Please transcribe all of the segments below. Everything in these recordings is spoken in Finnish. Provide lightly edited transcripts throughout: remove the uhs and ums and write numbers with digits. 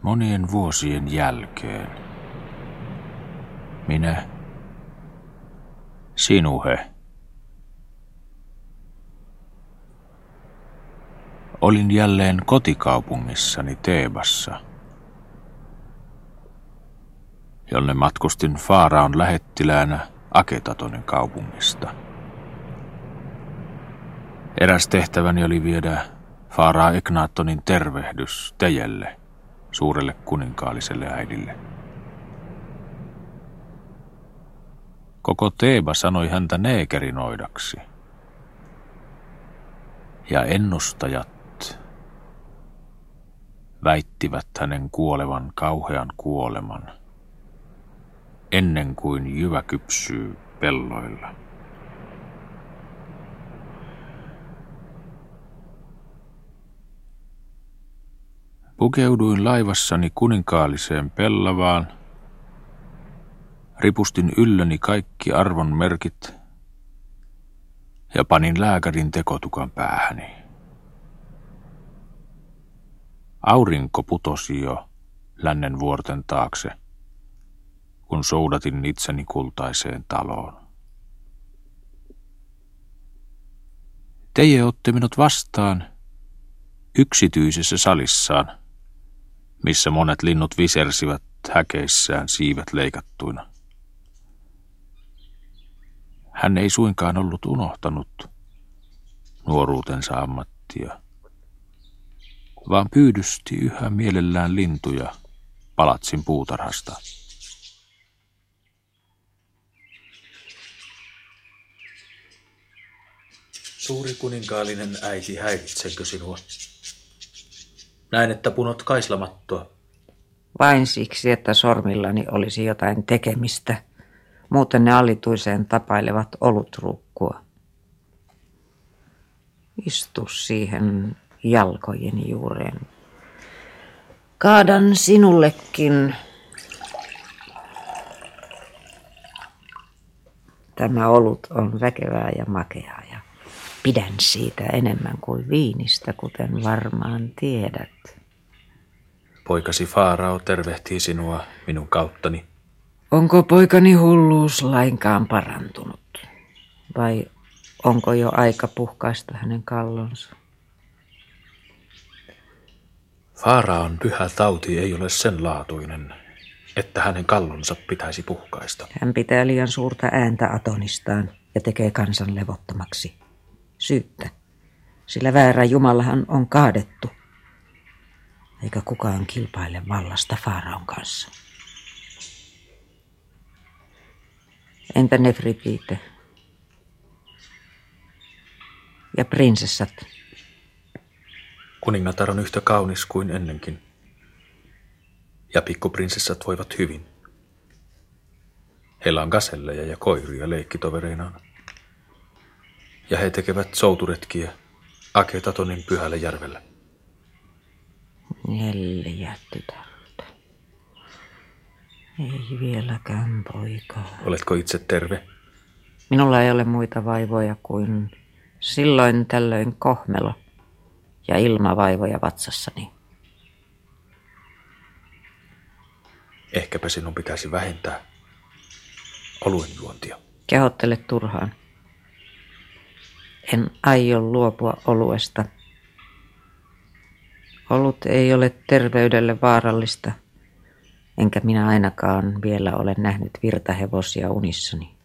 Monien vuosien jälkeen minä, Sinuhe, olin jälleen kotikaupungissani Teebassa, jonne matkustin Faaraon lähettiläänä Aketatonin kaupungista. Eräs tehtäväni oli viedä Faaraa Eknaattonin tervehdys Tejelle, suurelle kuninkaalliselle äidille. Koko Teeba sanoi häntä neekerinoidaksi. Ja ennustajat väittivät hänen kuolevan kauhean kuoleman, ennen kuin jyvä kypsyy pelloilla. Pukeuduin laivassani kuninkaalliseen pellavaan, ripustin ylläni kaikki arvon merkit ja panin lääkärin tekotukan päähäni. Aurinko putosi jo lännen vuorten taakse, kun soudatin itseni kultaiseen taloon. Teje otti minut vastaan yksityisessä salissaan, missä monet linnut visersivät häkeissään siivet leikattuina. Hän ei suinkaan ollut unohtanut nuoruutensa ammattia, vaan pyydysti yhä mielellään lintuja palatsin puutarhasta. Suuri kuninkaallinen äiti, häiritsenkö sinua? Näin, että punot kaislamattoa. Vain siksi, että sormillani olisi jotain tekemistä. Muuten ne alituiseen tapailevat olutruukkua. Istu siihen jalkojeni juureen. Kaadan sinullekin. Tämä olut on väkevää ja makeaa ja pidän siitä enemmän kuin viinistä, kuten varmaan tiedät. Poikasi Faarao tervehtii sinua minun kauttani. Onko poikani hulluus lainkaan parantunut? Vai onko jo aika puhkaista hänen kallonsa? Faaraon pyhä tauti ei ole sen laatuinen, että hänen kallonsa pitäisi puhkaista. Hän pitää liian suurta ääntä Atonistaan ja tekee kansan levottomaksi. Syyttä, sillä väärä Jumalahan on kaadettu, eikä kukaan kilpaile vallasta Faaraon kanssa. Entä Nefritiite ja prinsessat? Kuningatar on yhtä kaunis kuin ennenkin, ja pikkuprinsessat voivat hyvin. Heillä on gaselleja ja koiria leikkitoverinaan, ja he tekevät souturetkiä Aketatonin pyhällä järvellä. 4 tytärtä. Ei vieläkään poikaa. Oletko itse terve? Minulla ei ole muita vaivoja kuin silloin tällöin kohmelo ja ilmavaivoja vatsassani. Ehkäpä sinun pitäisi vähentää oluen juontia. Kehottele turhaan. En aio luopua oluesta. Olut ei ole terveydelle vaarallista, enkä minä ainakaan vielä ole nähnyt virtahevosia unissani.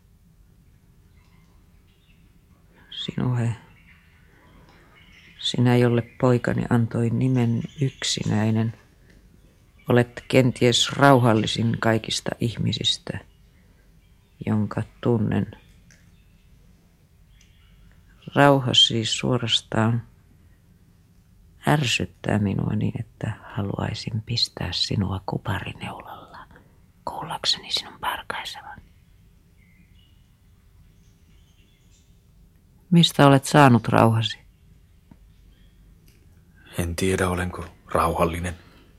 Sinuhe, sinä jolle poikani antoi nimen yksinäinen, olet kenties rauhallisin kaikista ihmisistä, jonka tunnen. Rauha siis suorastaan ärsyttää minua niin, että haluaisin pistää sinua kuparineulalla kuullakseni sinun parkaisevan. Mistä olet saanut rauhasi? En tiedä, olenko rauhallinen.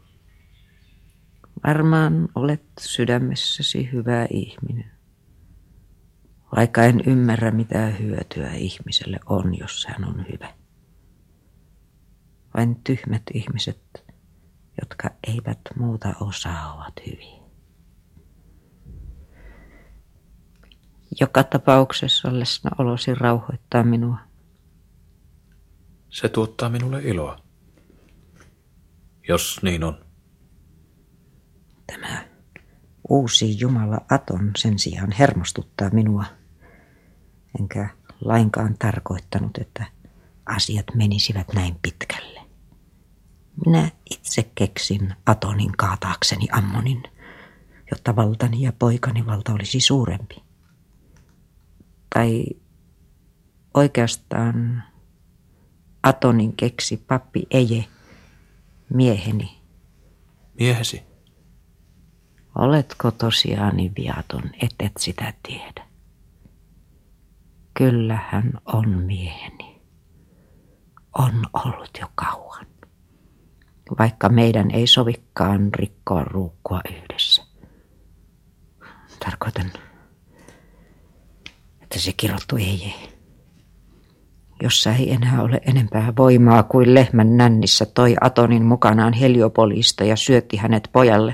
Varmaan olet sydämessäsi hyvä ihminen. Vaikka en ymmärrä, mitä hyötyä ihmiselle on, jos hän on hyvä. Vain tyhmät ihmiset jotka eivät muuta osaa, ovat hyviä. Joka tapauksessa läsnäolosi rauhoittaa minua. Se tuottaa minulle iloa. Jos niin on. Tämä uusi Jumala Aton sen sijaan hermostuttaa minua. Enkä lainkaan tarkoittanut, että asiat menisivät näin pitkälle. Minä itse keksin Atonin kaataakseni Ammonin, jotta valtani ja poikani valta olisi suurempi. Tai oikeastaan Atonin keksi pappi Eje, mieheni. Miehesi? Oletko tosiaani viaton, et sitä tiedä? Kyllä hän on mieheni. On ollut jo kauan. Vaikka meidän ei sovikaan rikkoa ruukkua yhdessä. Tarkoitan, että se kirottu Eje, jossa ei enää ole enempää voimaa kuin lehmän nännissä, toi Atonin mukanaan Heliopolista ja syötti hänet pojalle.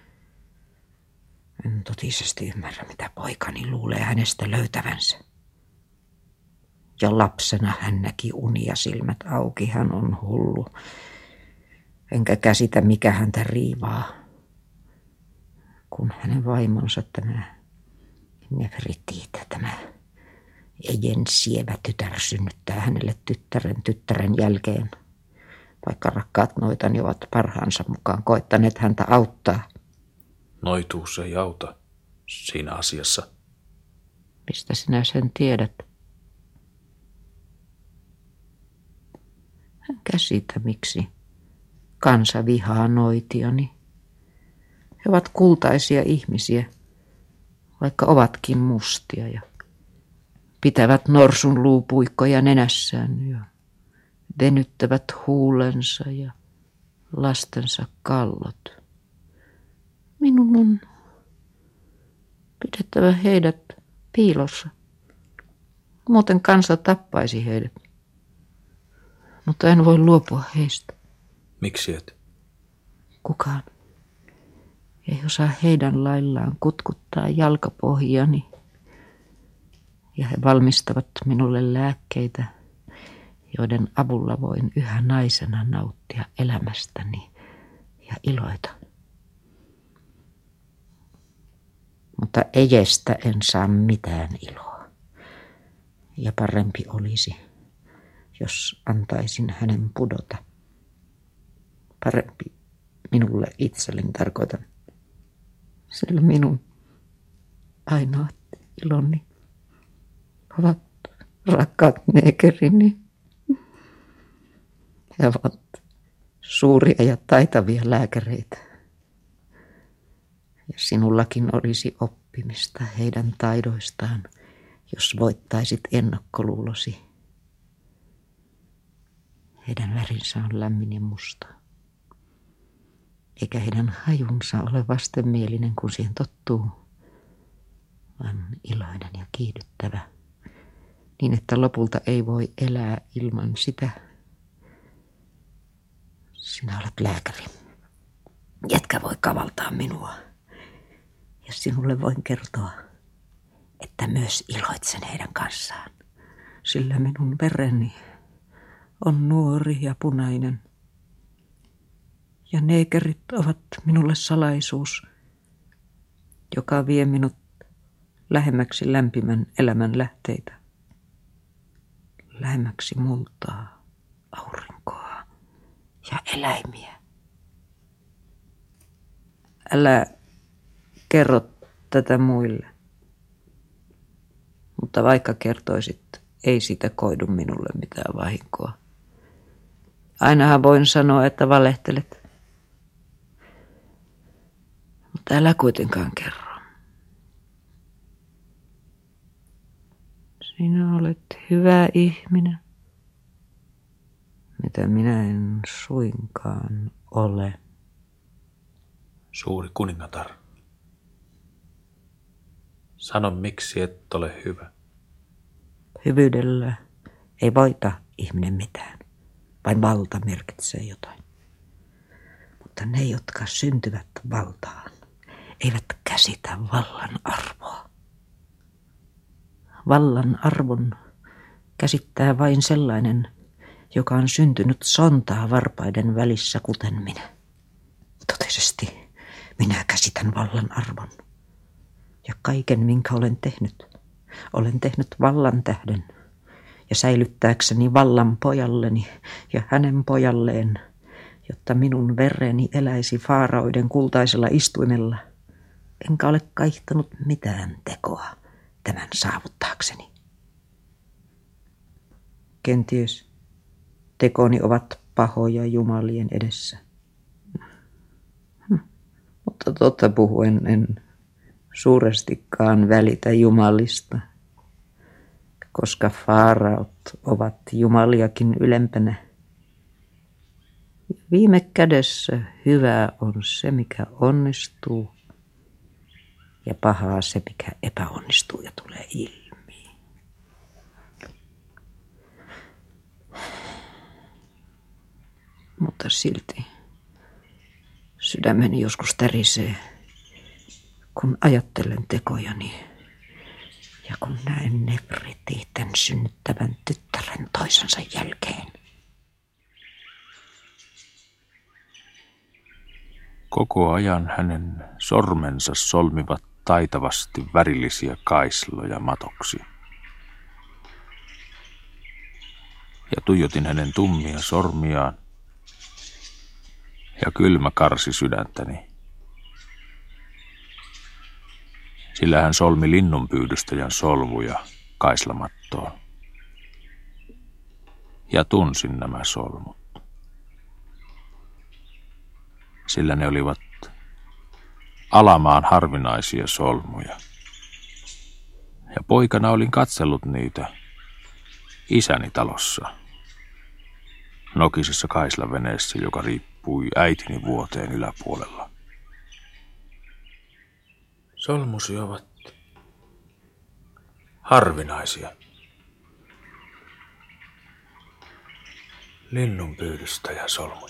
En totisesti ymmärrä, mitä poikani luulee hänestä löytävänsä. Jo lapsena hän näki unia, silmät auki, hän on hullu. Enkä käsitä, mikä häntä riivaa. Kun hänen vaimonsa, tämä Nefertiti, tämä Ejen sievä tytär, synnyttää hänelle tyttären jälkeen. Vaikka rakkaat noitani ovat parhaansa mukaan koittaneet häntä auttaa. Noituus ei auta siinä asiassa. Mistä sinä sen tiedät? Hän käsitä, miksi kansa vihaa noitiani. He ovat kultaisia ihmisiä, vaikka ovatkin mustia, ja pitävät norsun luupuikkoja nenässään ja venyttävät huulensa ja lastensa kallot. Minun on pidettävä heidät piilossa. Muuten kansa tappaisi heidät. Mutta en voi luopua heistä. Miksi et? Kukaan ei osaa heidän laillaan kutkuttaa jalkapohjani. Ja he valmistavat minulle lääkkeitä, joiden avulla voin yhä naisena nauttia elämästäni ja iloita. Mutta Ejestä en saa mitään iloa. Ja parempi olisi, jos antaisin hänen pudota. Parempi minulle itselleni, tarkoitan. Sillä minun ainoat iloni ovat rakkaat neekerini. He ovat suuria ja taitavia lääkäreitä. Ja sinullakin olisi oppimista heidän taidoistaan, jos voittaisit ennakkoluulosi. Heidän värinsä on lämmin ja musta. Eikä heidän hajunsa ole vastenmielinen, kun siihen tottuu, vaan iloinen ja kiihdyttävä, niin että lopulta ei voi elää ilman sitä. Sinä olet lääkäri, etkä voi kavaltaa minua. Ja sinulle voin kertoa, että myös iloitsen heidän kanssaan, sillä minun vereni on nuori ja punainen. Ja neekerit ovat minulle salaisuus, joka vie minut lähemmäksi lämpimän elämän lähteitä. Lähemmäksi multaa, aurinkoa ja eläimiä. Älä kerro tätä muille, mutta vaikka kertoisit, ei siitä koidu minulle mitään vahinkoa. Ainahan voin sanoa, että valehtelet. Mutta älä kuitenkaan kerro. Sinä olet hyvä ihminen, mitä minä en suinkaan ole. Suuri kuningatar. Sano, miksi et ole hyvä. Hyvyydellä ei voita ihminen mitään, vain valta merkitsee jotain. Mutta ne, jotka syntyvät valtaan, eivät käsitä vallan arvoa. Vallan arvon käsittää vain sellainen, joka on syntynyt sontaa varpaiden välissä kuten minä. Totisesti minä käsitän vallan arvon. Ja kaiken, minkä olen tehnyt vallan tähden. Ja säilyttääkseni vallan pojalleni ja hänen pojalleen, jotta minun vereni eläisi faaraoiden kultaisella istuimella, enkä ole kaihtanut mitään tekoa tämän saavuttaakseni. Kenties tekoni ovat pahoja jumalien edessä. Mutta totta puhuen en suurestikaan välitä jumalista, koska faaraot ovat jumaliakin ylempänä. Viime kädessä hyvää on se, mikä onnistuu, ja pahaa se, mikä epäonnistuu ja tulee ilmi. Mutta silti sydämeni joskus tärisee, kun ajattelen tekojani ja kun näen Nefritiitten synnyttävän tyttären toisensa jälkeen. Koko ajan hänen sormensa solmivat taitavasti värillisiä kaisloja matoksi. Ja tuijotin hänen tummia sormiaan, ja kylmä karsi sydäntäni. Sillä hän solmi linnunpyydystäjän solmuja kaislamattoon. Ja tunsin nämä solmut. Sillä ne olivat alamaan harvinaisia solmuja. Ja poikana olin katsellut niitä isäni talossa, nokisessa kaislaveneessä, joka riippui äitini vuoteen yläpuolella. Solmusi ovat harvinaisia. Linnunpyydystäjän solmuja.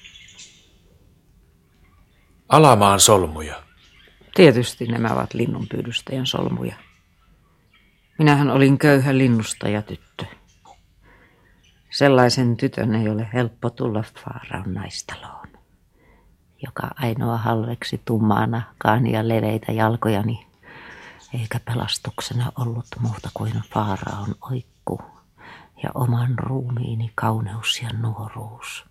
Alamaan solmuja. Tietysti nämä ovat linnunpyydystäjän solmuja. Minähän olin köyhä linnustajatyttö. Sellaisen tytön ei ole helppo tulla faaraon naistaloon, joka ainoa halveksi tummaa nahkaani ja leveitä jalkojani, eikä pelastuksena ollut muuta kuin faaraon oikku ja oman ruumiini kauneus ja nuoruus.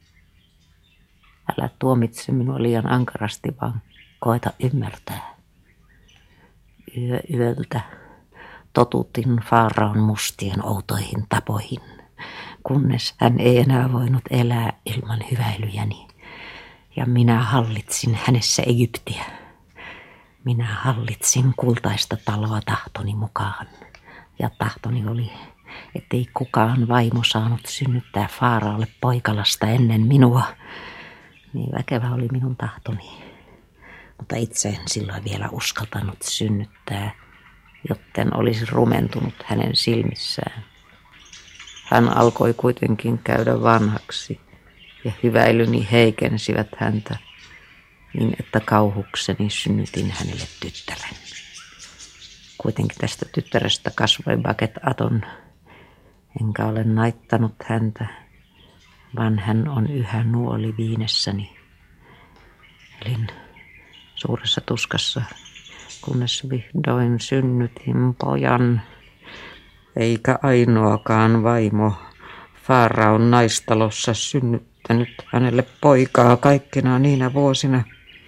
Älä tuomitse minua liian ankarasti, vaan koeta ymmärtää. Yö yöltä totutin faaraon mustien outoihin tapoihin, kunnes hän ei enää voinut elää ilman hyväilyjäni. Ja minä hallitsin hänessä Egyptiä. Minä hallitsin kultaista taloa tahtoni mukaan. Ja tahtoni oli, ettei kukaan vaimo saanut synnyttää faaraalle poikalasta ennen minua. Niin väkevä oli minun tahtoni. Mutta itse en silloin vielä uskaltanut synnyttää, jotten olisi rumentunut hänen silmissään. Hän alkoi kuitenkin käydä vanhaksi ja hyväilyni heikensivät häntä niin, että kauhukseni synnytin hänelle tyttären. Kuitenkin tästä tyttärestä kasvoi Baket Aton, enkä ole naittanut häntä, vaan hän on yhä nuoli viinessäni. Elin suuressa tuskassa, kunnes vihdoin synnytin pojan, eikä ainoakaan vaimo faaraon naistalossa synnyttänyt hänelle poikaa kaikkina niinä vuosina.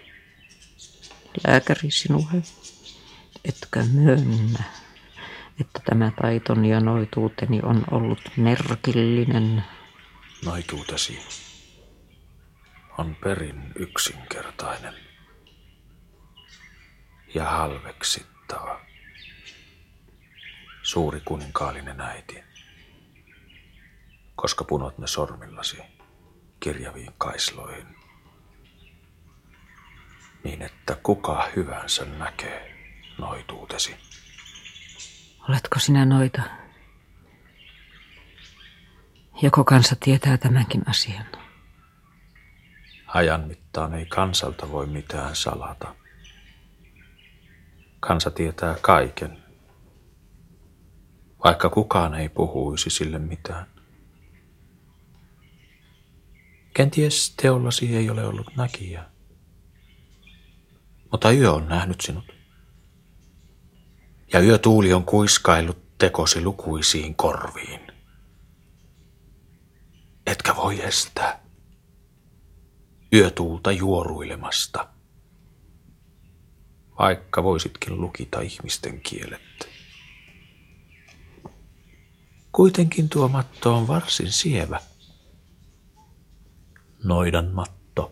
Lääkäri sinuhe, etkä myönnä, että tämä taitoni ja noituuteni on ollut merkillinen. Noituutesi on perin yksinkertainen ja halveksittava. Suuri kuninkaallinen äiti, koska punot ne sormillasi kirjaviin kaisloihin, niin että kuka hyvänsä näkee noituutesi. Oletko sinä noita? Joko kansa tietää tämänkin asian? Ajan mittaan ei kansalta voi mitään salata. Kansa tietää kaiken, vaikka kukaan ei puhuisi sille mitään. Kenties teollasi ei ole ollut näkijä, mutta yö on nähnyt sinut. Ja yötuuli on kuiskaillut tekosi lukuisiin korviin. Etkä voi estää yötuulta juoruilemasta, vaikka voisitkin lukita ihmisten kielet. Kuitenkin tuo matto on varsin sievä. Noidan matto.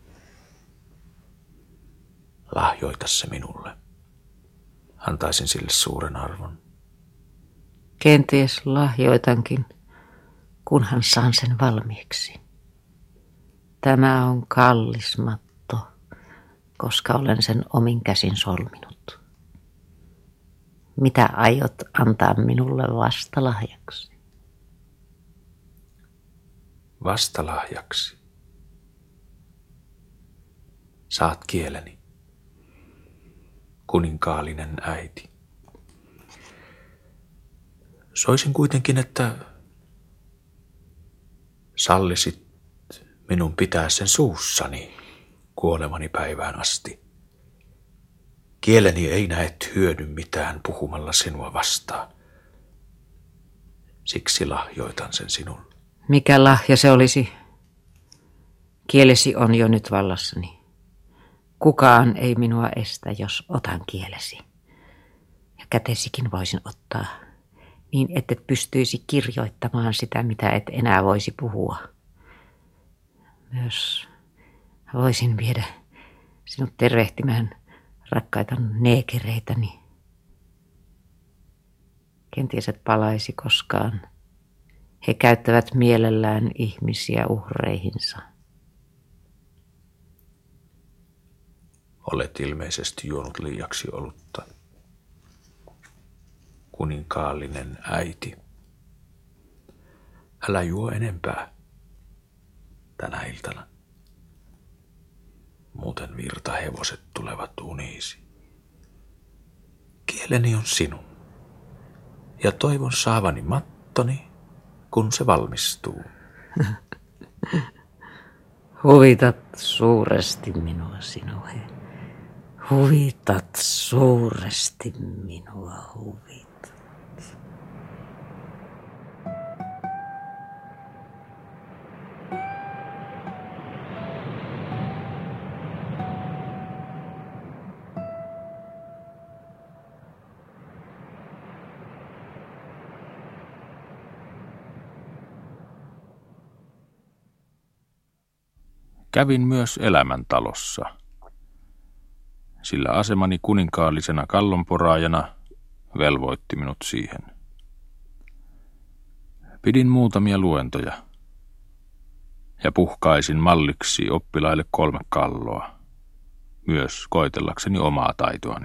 Lahjoita se minulle. Antaisin sille suuren arvon. Kenties lahjoitankin, kunhan saan sen valmiiksi. Tämä on kallis matto, koska olen sen omin käsin solminut. Mitä aiot antaa minulle vastalahjaksi? Vastalahjaksi saat kieleni, kuninkaallinen äiti. Soisin kuitenkin, että sallisit minun pitää sen suussani kuolemani päivään asti. Kieleni ei näe hyödy mitään puhumalla sinua vastaan. Siksi lahjoitan sen sinulle. Mikä lahja se olisi? Kielesi on jo nyt vallassani. Kukaan ei minua estä, jos otan kielesi. Ja kätesikin voisin ottaa, niin et pystyisi kirjoittamaan sitä, mitä et enää voisi puhua. Myös voisin viedä sinut tervehtimään rakkaita neekereitäni. Kenties et palaisi koskaan. He käyttävät mielellään ihmisiä uhreihinsa. Olet ilmeisesti juonut liiaksi olutta. Kuninkaallinen äiti. Älä juo enempää tänä iltana. Muuten virtahevoset tulevat uniisi. Kieleni on sinun. Ja toivon saavani mattoni, kun se valmistuu. Huvitat suuresti minua, Sinuhe. Huvitat suuresti minua, huvitat. Kävin myös elämäntalossa, sillä asemani kuninkaallisena kallonporaajana velvoitti minut siihen. Pidin muutamia luentoja ja puhkaisin malliksi oppilaille 3 kalloa, myös koetellakseni omaa taitoani.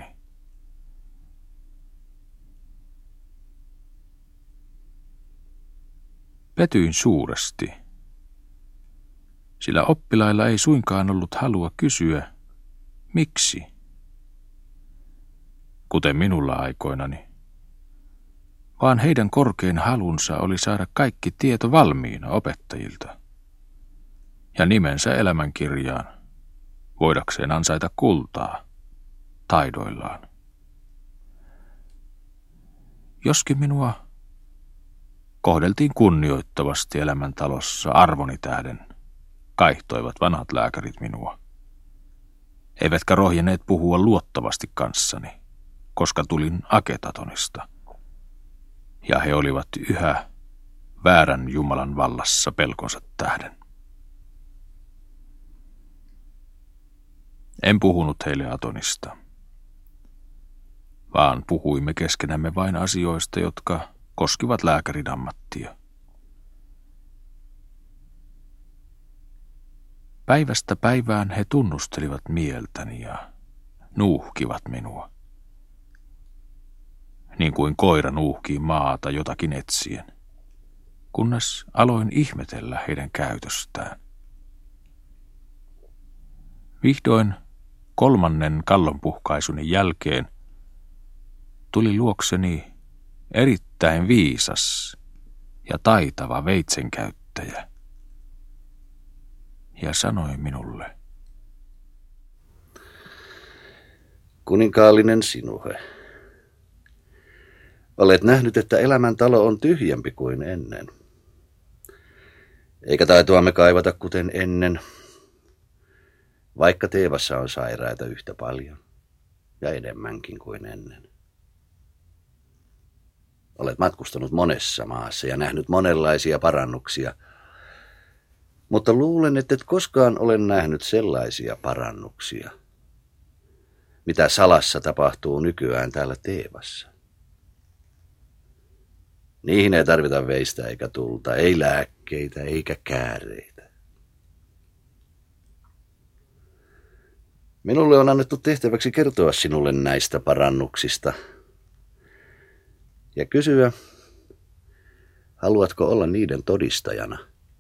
Petyin suuresti, sillä oppilailla ei suinkaan ollut halua kysyä, miksi, kuten minulla aikoinani, vaan heidän korkein halunsa oli saada kaikki tieto valmiina opettajilta ja nimensä elämänkirjaan, voidakseen ansaita kultaa taidoillaan. Joskin minua kohdeltiin kunnioittavasti elämäntalossa arvoni tähden, kaihtoivat vanhat lääkärit minua. Eivätkä rohjenneet puhua luottavasti kanssani, koska tulin Aketatonista. Ja he olivat yhä väärän Jumalan vallassa pelkonsa tähden. En puhunut heille Atonista, vaan puhuimme keskenämme vain asioista, jotka koskivat lääkärin ammattia. Päivästä päivään he tunnustelivat mieltäni ja nuuhkivat minua, niin kuin koira nuuhkii maata jotakin etsien, kunnes aloin ihmetellä heidän käytöstään. Vihdoin 3. kallonpuhkaisuni jälkeen tuli luokseni erittäin viisas ja taitava veitsenkäyttäjä ja sanoi minulle: Kuninkaallinen Sinuhe, olet nähnyt, että elämäntalo on tyhjempi kuin ennen. Eikä taitoamme kaivata kuten ennen, vaikka Teevassa on sairaita yhtä paljon ja enemmänkin kuin ennen. Olet matkustanut monessa maassa ja nähnyt monenlaisia parannuksia, mutta luulen, että et koskaan ole nähnyt sellaisia parannuksia, mitä salassa tapahtuu nykyään täällä Teevassa. Niihin ei tarvita veistä eikä tulta, ei lääkkeitä eikä kääreitä. Minulle on annettu tehtäväksi kertoa sinulle näistä parannuksista ja kysyä, haluatko olla niiden todistajana?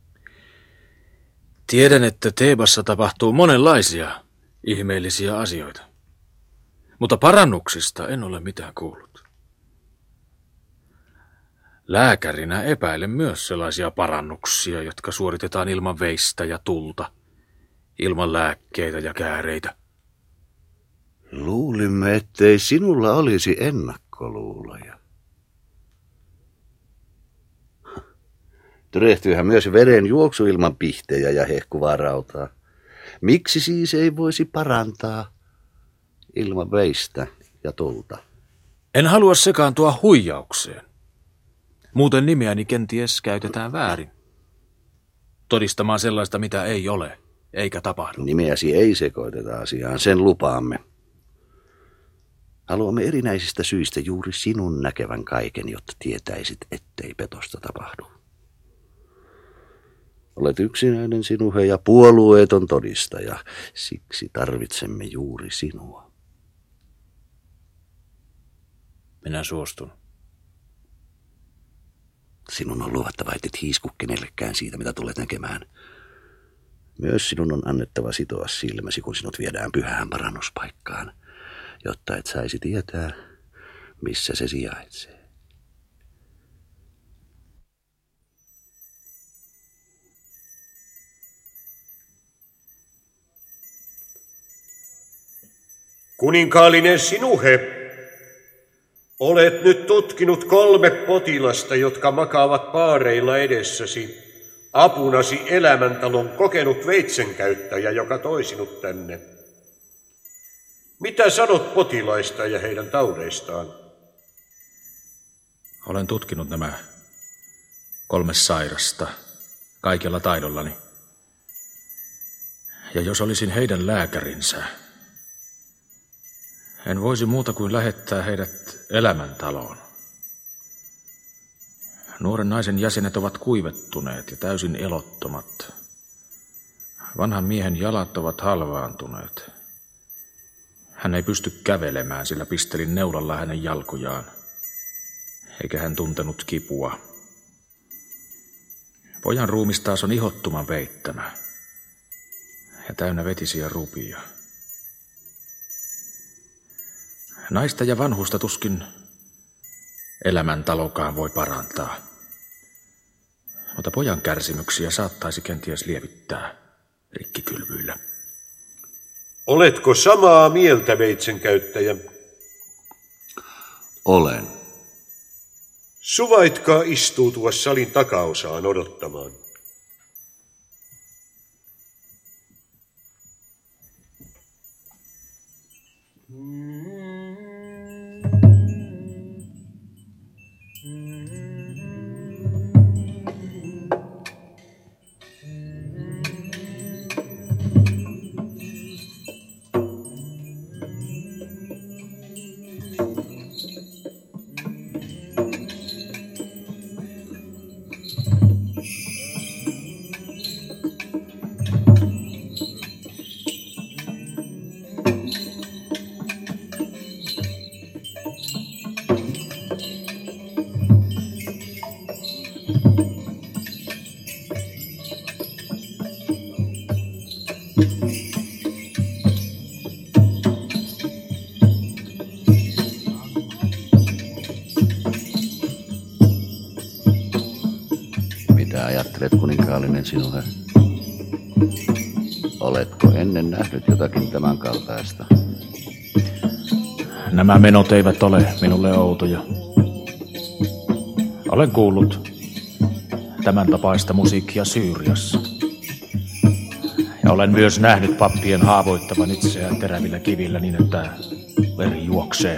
Tiedän, että Teebassa tapahtuu monenlaisia ihmeellisiä asioita, mutta parannuksista en ole mitään kuullut. Lääkärinä epäilen myös sellaisia parannuksia, jotka suoritetaan ilman veistä ja tulta, ilman lääkkeitä ja kääreitä. Luulimme, ettei sinulla olisi ennakkoluuloja. Tyrehtyyhän myös veren juoksu ilman pihtejä ja hehkuvaa rautaa. Miksi siis ei voisi parantaa ilman veistä ja tulta? En halua sekaantua huijaukseen. Muuten nimeäni kenties käytetään väärin. Todistamaan sellaista, mitä ei ole, eikä tapahdu. Nimeäsi ei sekoiteta asiaan, sen lupaamme. Haluamme erinäisistä syistä juuri sinun näkevän kaiken, jotta tietäisit, ettei petosta tapahdu. Olet yksinäinen Sinuhe ja puolueeton todistaja, siksi tarvitsemme juuri sinua. Minä suostun. Sinun on luvattava, et hiisku kenellekään siitä, mitä tulet näkemään. Myös sinun on annettava sitoa silmäsi, kun sinut viedään pyhään parannuspaikkaan, jotta et saisi tietää, missä se sijaitsee. Kuninkaallinen Sinuhe, olet nyt tutkinut 3 potilasta, jotka makaavat paareilla edessäsi. Apunasi elämäntalon kokenut veitsenkäyttäjä, joka toi sinut tänne. Mitä sanot potilaista ja heidän taudeistaan? Olen tutkinut nämä 3 sairasta kaikella taidollani. Ja jos olisin heidän lääkärinsä, en voisi muuta kuin lähettää heidät elämäntaloon. Nuoren naisen jäsenet ovat kuivettuneet ja täysin elottomat. Vanhan miehen jalat ovat halvaantuneet. Hän ei pysty kävelemään, sillä pistelin neulalla hänen jalkojaan, eikä hän tuntenut kipua. Pojan ruumis taas on ihottuman veittämä ja täynnä vetisiä rupia. Naista ja vanhusta tuskin elämäntalokaan voi parantaa, mutta pojan kärsimyksiä saattaisi kenties lievittää rikkikylvyillä. Oletko samaa mieltä, veitsenkäyttäjä? Olen. Suvaitkaa istuutua salin takaosaan odottamaan. ajattelet, kuninkaallinen Sinuhe? Oletko ennen nähnyt jotakin tämän kaltaista? Nämä menot eivät ole minulle outoja. Olen kuullut tämän tapaista musiikkia Syyriassa. Ja olen myös nähnyt pappien haavoittavan itseään terävillä kivillä niin, että veri juoksee.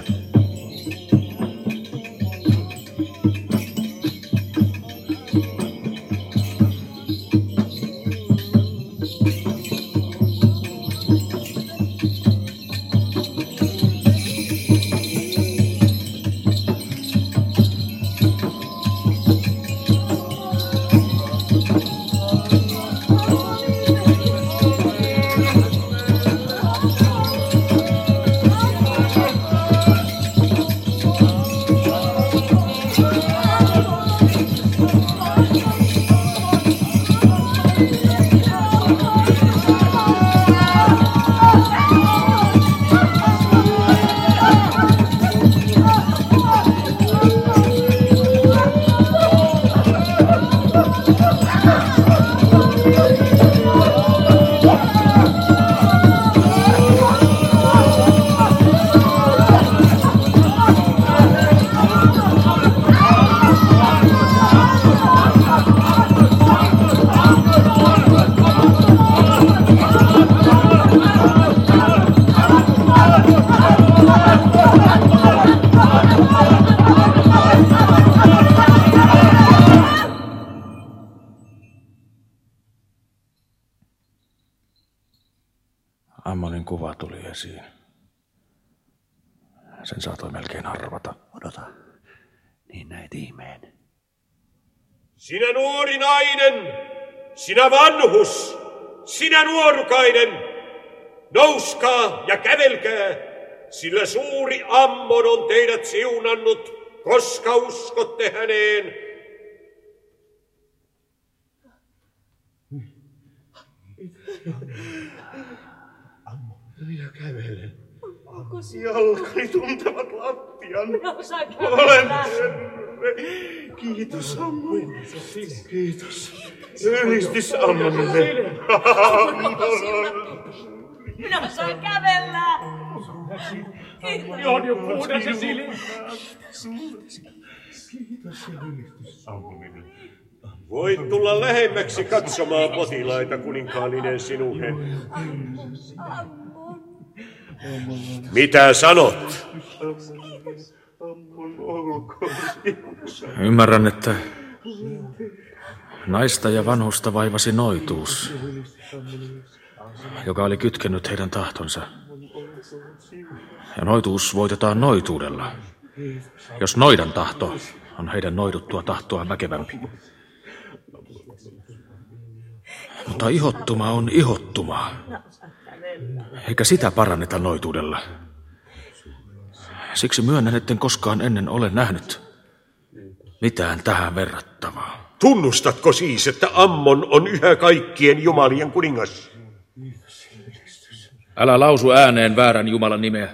Ammonin kuva tuli esiin. Sen saatoi melkein arvata. Odota, niin näet ihmeen. Sinä nuori nainen, sinä vanhus, sinä nuorukainen, nouskaa ja kävelkää, sillä suuri Ammon on teidät siunannut, koska uskotte häneen. Minä kävelen. Jalkani tuntevat lattian. Minä osaan Olen kävellä. terve. Kiitos Ammon. Kiitos. Ylistys Ammonille. Minä osaan kävellä. Johon jo puhuta se silmä. Kiitos ja ylistys Ammonille. Voit tulla lähemmäksi katsomaan potilaita, kuninkaallinen Sinuhe. Mitä sanot? Ymmärrän, että naista ja vanhusta vaivasi noituus, joka oli kytkenyt heidän tahtonsa. Ja noituus voitetaan noituudella, jos noidan tahto on heidän noiduttua tahtoa väkevämpi. Mutta ihottuma on ihottumaa, eikä sitä paranneta noituudella. Siksi myönnän, etten koskaan ennen ole nähnyt mitään tähän verrattavaa. Tunnustatko siis, että Ammon on yhä kaikkien jumalien kuningas? Älä lausu ääneen väärän Jumalan nimeä.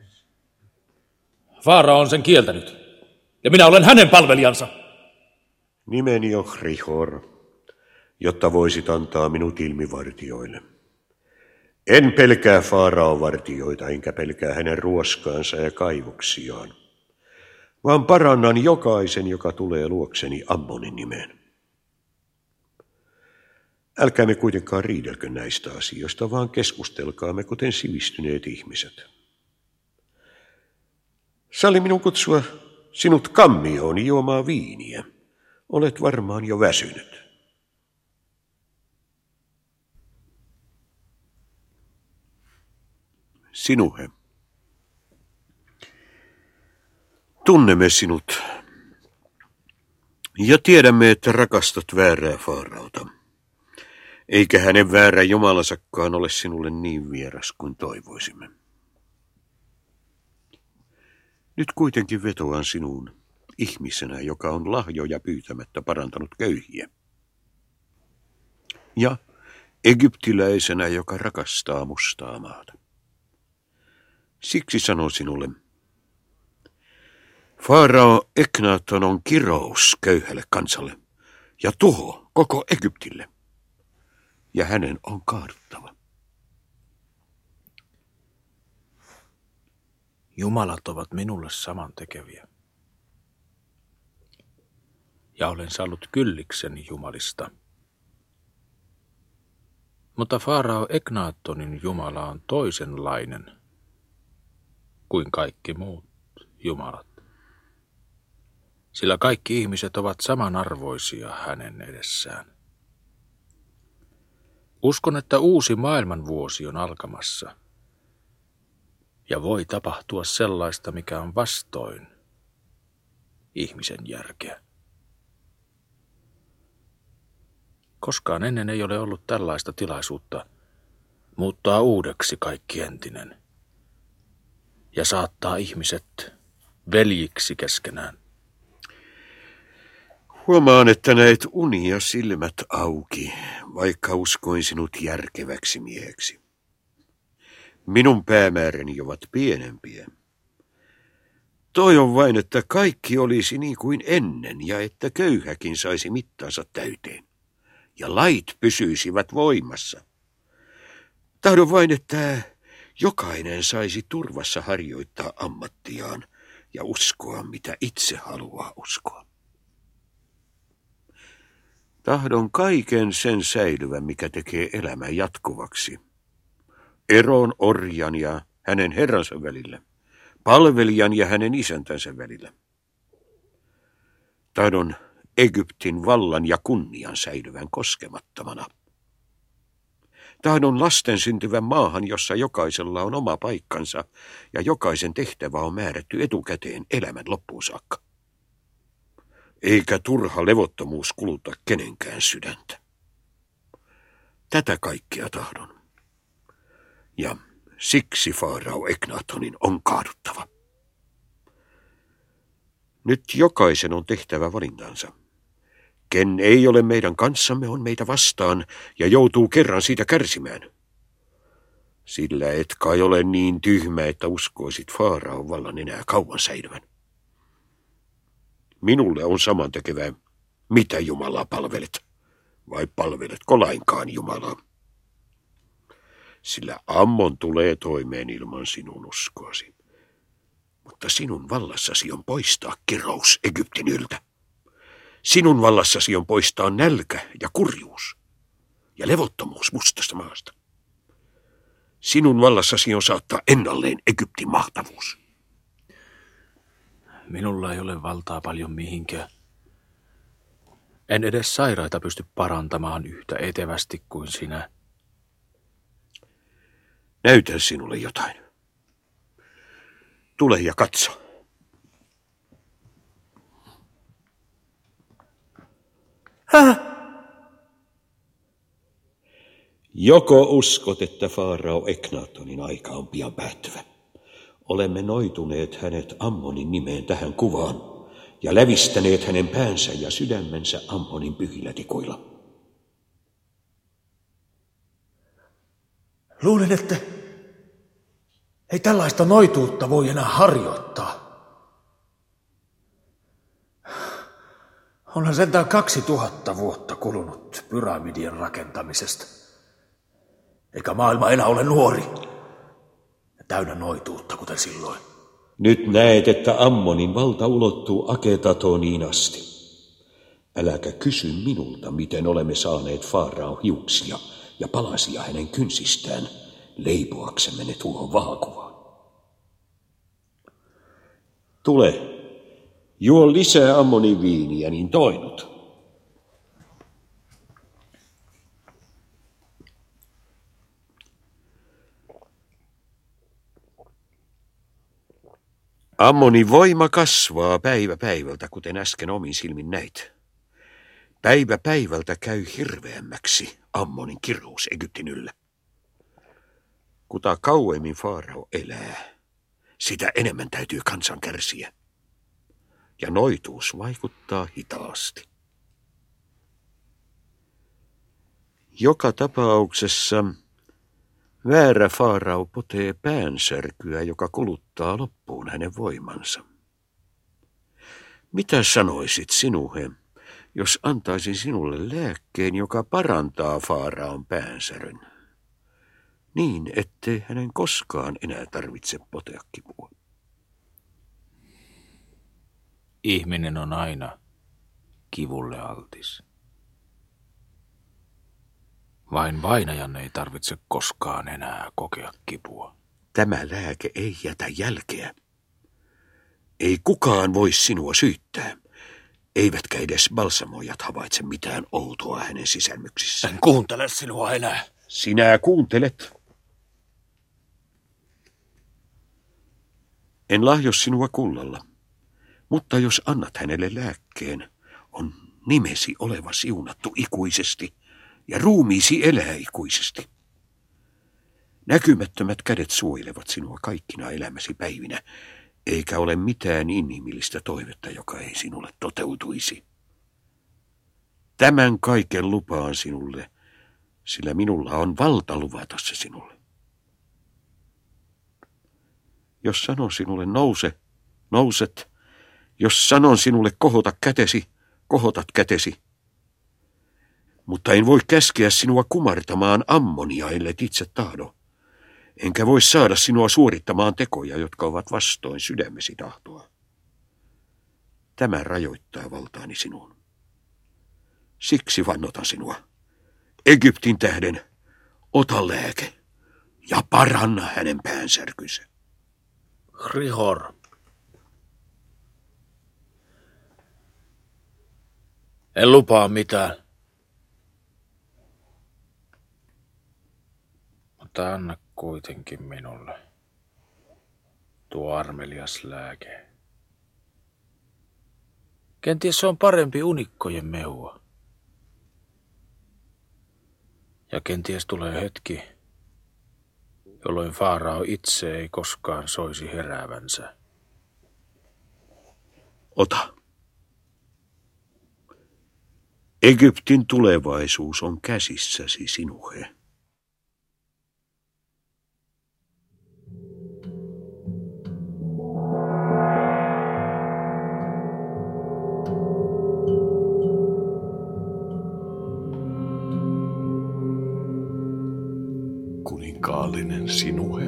Faarao on sen kieltänyt, ja minä olen hänen palvelijansa. Nimeni on Hrihor, jotta voisit antaa minut ilmivartioille. En pelkää Faaraon vartioita, enkä pelkää hänen ruoskaansa ja kaivoksiaan, vaan parannan jokaisen, joka tulee luokseni Ammonin nimeen. Älkäämme kuitenkaan riidelkö näistä asioista, vaan keskustelkaamme kuten sivistyneet ihmiset. Salli minun kutsua sinut kammioon juomaan viiniä. Olet varmaan jo väsynyt. Sinuhe. Tunnemme sinut ja tiedämme, että rakastat väärää Faaraota. Eikä hänen väärä Jumalansakaan ole sinulle niin vieras kuin toivoisimme. Nyt kuitenkin vetoan sinuun ihmisenä, joka on lahjoja pyytämättä parantanut köyhiä. Ja egyptiläisenä, joka rakastaa mustaa maata. Siksi sanon sinulle, Faarao Eknaton on kirous köyhälle kansalle, ja tuho koko Egyptille. Ja hänen on kaaduttava. Jumalat ovat minulle samantekeviä. Ja olen saanut kyllikseni jumalista. Mutta Faarao Eknaattonin Jumala on toisenlainen kuin kaikki muut jumalat. Sillä kaikki ihmiset ovat samanarvoisia hänen edessään. Uskon, että uusi maailmanvuosi on alkamassa. Ja voi tapahtua sellaista, mikä on vastoin ihmisen järkeä. Koskaan ennen ei ole ollut tällaista tilaisuutta muuttaa uudeksi kaikki entinen ja saattaa ihmiset veljiksi keskenään. Huomaan, että näet unia silmät auki, vaikka uskoin sinut järkeväksi mieheksi. Minun päämääräni ovat pienempiä. Toivon vain, että kaikki olisi niin kuin ennen ja että köyhäkin saisi mittansa täyteen. Ja lait pysyisivät voimassa. Tahdon vain, että jokainen saisi turvassa harjoittaa ammattiaan ja uskoa, mitä itse haluaa uskoa. Tahdon kaiken sen säilyvän, mikä tekee elämän jatkuvaksi. Eron orjan ja hänen herransa välillä, palvelijan ja hänen isäntänsä välillä. Tahdon Egyptin vallan ja kunnian säilyvän koskemattomana. Tahdon lasten syntyvän maahan, jossa jokaisella on oma paikkansa ja jokaisen tehtävä on määrätty etukäteen elämän loppuun saakka. Eikä turha levottomuus kuluta kenenkään sydäntä. Tätä kaikkea tahdon. Ja siksi Faarao Eknaattonin on kaaduttava. Nyt jokaisen on tehtävä valintansa. Ken ei ole meidän kanssamme, on meitä vastaan ja joutuu kerran siitä kärsimään. Sillä et kai ole niin tyhmä, että uskoisit Faaraon vallan enää kauan säilyvän. Minulle on samantekevää, mitä Jumalaa palvelet, vai palveletko lainkaan Jumalaa. Sillä Ammon tulee toimeen ilman sinun uskoasi. Mutta sinun vallassasi on poistaa kirous Egyptin yltä. Sinun vallassasi on poistaa nälkä ja kurjuus ja levottomuus mustasta maasta. Sinun vallassasi on saattaa ennalleen Egyptin mahtavuus. Minulla ei ole valtaa paljon mihinkään. En edes sairaita pysty parantamaan yhtä etevästi kuin sinä. Näytän sinulle jotain. Tule ja katso. Joko uskot, että Faarao Eknaattonin aika on pian päättyvä? Olemme noituneet hänet Ammonin nimeen tähän kuvaan ja lävistäneet hänen päänsä ja sydämensä Ammonin pyhillä tikoilla. Luulen, että ei tällaista noituutta voi enää harjoittaa. Onhan sentään 2000 vuotta kulunut pyramidien rakentamisesta. Eikä maailma enää ole nuori ja täynnä noituutta, kuten silloin. Nyt näet, että Ammonin valta ulottuu Aketatoniin asti. Äläkä kysy minulta, miten olemme saaneet Faaraon hiuksia ja palasia hänen kynsistään leipoaksemme ne tuohon vahakuvaan. Tule, juo lisää Ammonin viiniä, niin toinut. Ammonin voima kasvaa päivä päivältä, kuten äsken omin silmin näit. Päivä päivältä käy hirveämmäksi Ammonin kirous Egyptin yllä. Kuta kauemmin Faarao elää, sitä enemmän täytyy kansan kärsiä. Ja noituus vaikuttaa hitaasti. Joka tapauksessa väärä Faarao potee päänsärkyä, joka kuluttaa loppuun hänen voimansa. Mitä sanoisit sinuhe, jos antaisin sinulle lääkkeen, joka parantaa Faaraon päänsärön, niin ettei hänen koskaan enää tarvitse potea kipua. Ihminen on aina kivulle altis. Vain vainajan ei tarvitse koskaan enää kokea kipua. Tämä lääke ei jätä jälkeä. Ei kukaan voi sinua syyttää. Eivätkä edes balsamoijat havaitse mitään outoa hänen sisälmyksissään. En kuuntele sinua enää. Sinä kuuntelet. En lahjo sinua kullalla, mutta jos annat hänelle lääkkeen, on nimesi oleva siunattu ikuisesti ja ruumiisi elää ikuisesti. Näkymättömät kädet suojelevat sinua kaikkina elämäsi päivinä, eikä ole mitään inhimillistä toivetta, joka ei sinulle toteutuisi. Tämän kaiken lupaan sinulle, sillä minulla on valta luvata se sinulle. Jos sanon sinulle nouse, nouset. Jos sanon sinulle kohota kätesi, kohotat kätesi. Mutta en voi käskeä sinua kumartamaan ammonia, ellet itse tahdo. Enkä voi saada sinua suorittamaan tekoja, jotka ovat vastoin sydämesi tahtoa. Tämä rajoittaa valtaani sinuun. Siksi vannotan sinua. Egyptin tähden, ota lääke ja paranna hänen päänsärkynsä. Hrihor. En lupaa mitään. Mutta anna kuitenkin minulle tuo armelias lääke. Kenties se on parempi unikkojen mehua. Ja kenties tulee hetki, jolloin Faarao itse ei koskaan soisi heräävänsä. Ota. Egyptin tulevaisuus on käsissäsi, Sinuhe. Kuninkaallinen Sinuhe,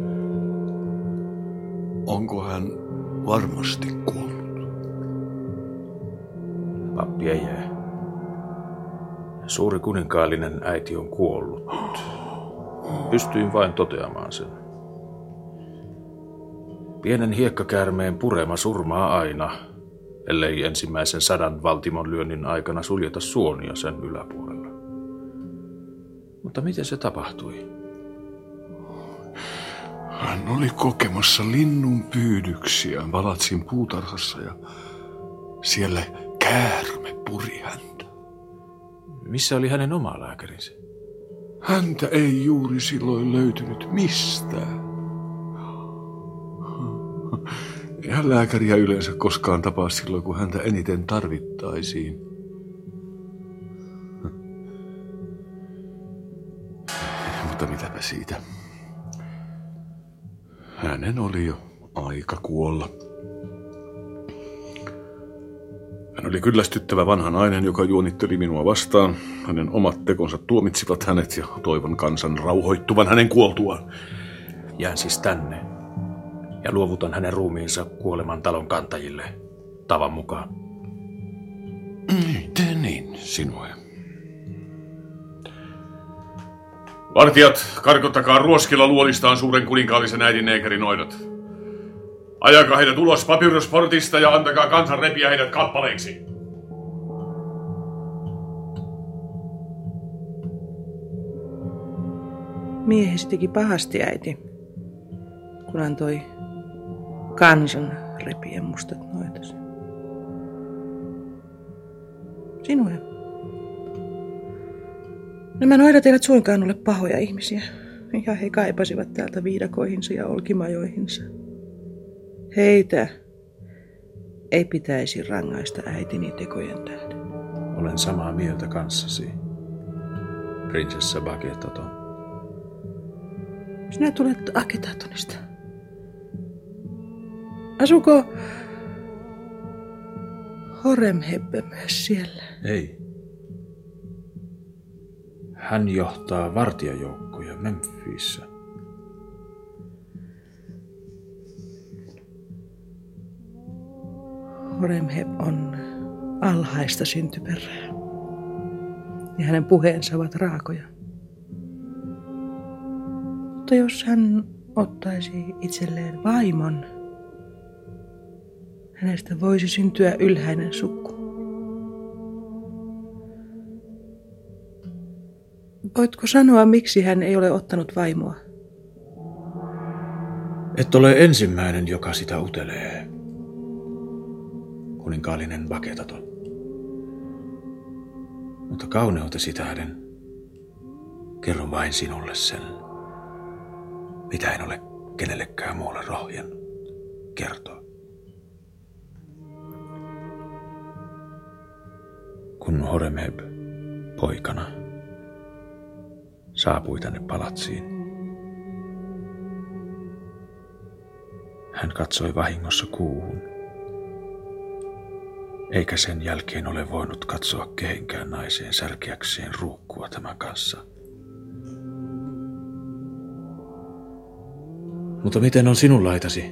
onko hän varmasti kuollut? Pappi ei jää. Suuri kuninkaallinen äiti on kuollut. Pystyin vain toteamaan sen. Pienen hiekkakäärmeen purema surmaa aina, ellei ensimmäisen 100 valtimon lyönnin aikana suljeta suonia sen yläpuolella. Mutta miten se tapahtui? Hän oli kokemassa linnun pyydyksiä Valatsin puutarhassa ja siellä käärme puri häntä. Missä oli hänen oma lääkärinsä? Häntä ei juuri silloin löytynyt mistään. Eihän lääkäriä yleensä koskaan tapaa silloin, kun häntä eniten tarvittaisiin. Mutta mitäpä siitä. Hänen oli jo aika kuolla. Hän oli kyllästyttävä vanha nainen, joka juonitteli minua vastaan. Hänen omat tekonsa tuomitsivat hänet ja toivon kansan rauhoittuvan hänen kuoltuaan. Jään siis tänne ja luovutan hänen ruumiinsa kuoleman talon kantajille tavan mukaan. Tee niin, Sinuhe. Vartijat, karkottakaa ruoskilla luolistaan suuren kuninkaallisen äidin neekerinoidat. Ajakaa heidät ulos Papyrusportista ja antakaa kansan repiä heidät kappaleiksi. Miehesi teki pahasti, äiti, kun antoi kansan repiä mustat noitasi. Sinuhe. Nämä noidat eivät suinkaan ole pahoja ihmisiä, ja he kaipasivat täältä viidakoihinsa ja olkimajoihinsa. Heitä ei pitäisi rangaista äitini tekojen tähden. Olen samaa mieltä kanssasi, prinsessa Bagetaton. Sinä tulet Aketatonista. Asuuko Horemhebbe myös siellä? Ei. Hän johtaa vartijajoukkoja Memphissä. Horemheb on alhaista syntyperää. Ja hänen puheensa ovat raakoja. Mutta jos hän ottaisi itselleen vaimon, hänestä voisi syntyä ylhäinen suku. Voitko sanoa, miksi hän ei ole ottanut vaimoa? Et ole ensimmäinen, joka sitä utelee. Kuninkaallinen Baketaton. Mutta kauneutesi tähden kerron vain sinulle sen, mitä en ole kenellekään muulle rohjen kertoa. Kun Horemheb poikana saapui tänne palatsiin, hän katsoi vahingossa kuuhun, eikä sen jälkeen ole voinut katsoa kehenkään naiseen särkeäkseen ruukkua tämän kanssa. Mutta miten on sinun laitasi?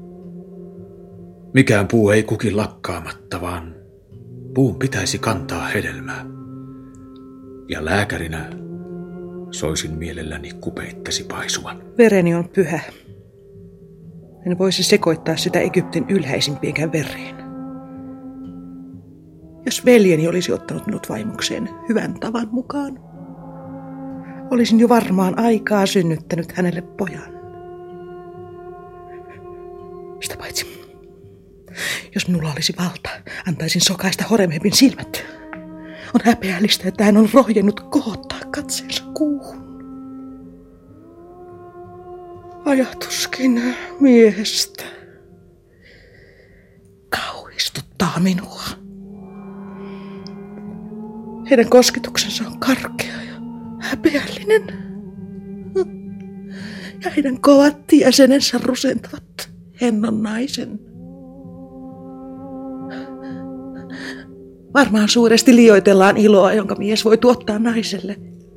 Mikään puu ei kuki lakkaamatta, vaan puun pitäisi kantaa hedelmää. Ja lääkärinä soisin mielelläni kupeittesi paisuvan. Vereni on pyhä. En voisi sekoittaa sitä Egyptin ylhäisimpiinkään vereen. Jos veljeni olisi ottanut minut vaimokseen hyvän tavan mukaan, olisin jo varmaan aikaa synnyttänyt hänelle pojan. Sitä paitsi, jos minulla olisi valta, antaisin sokaista Horemhebin silmät. On häpeällistä, että hän on rohjennut kohottaa katseensa kuuhun. Ajatuskin miehestä kauhistuttaa minua. Heidän kosketuksensa on karkea ja häpeällinen. Ja heidän kovat jäsenensä rusentavat hennon naisen. Varmaan suuresti liioitellaan iloa, jonka mies voi tuottaa naiselle.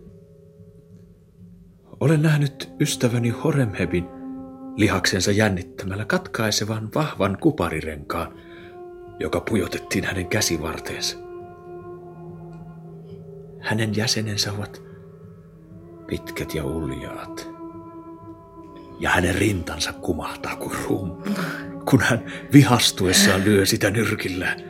Olen nähnyt ystäväni Horemhebin lihaksensa jännittämällä katkaisevan vahvan kuparirenkaan, joka pujotettiin hänen käsivarteensa. Hänen jäsenensä ovat pitkät ja uljaat, ja hänen rintansa kumahtaa kuin rumpu, kun hän vihastuessaan lyö sitä nyrkillään.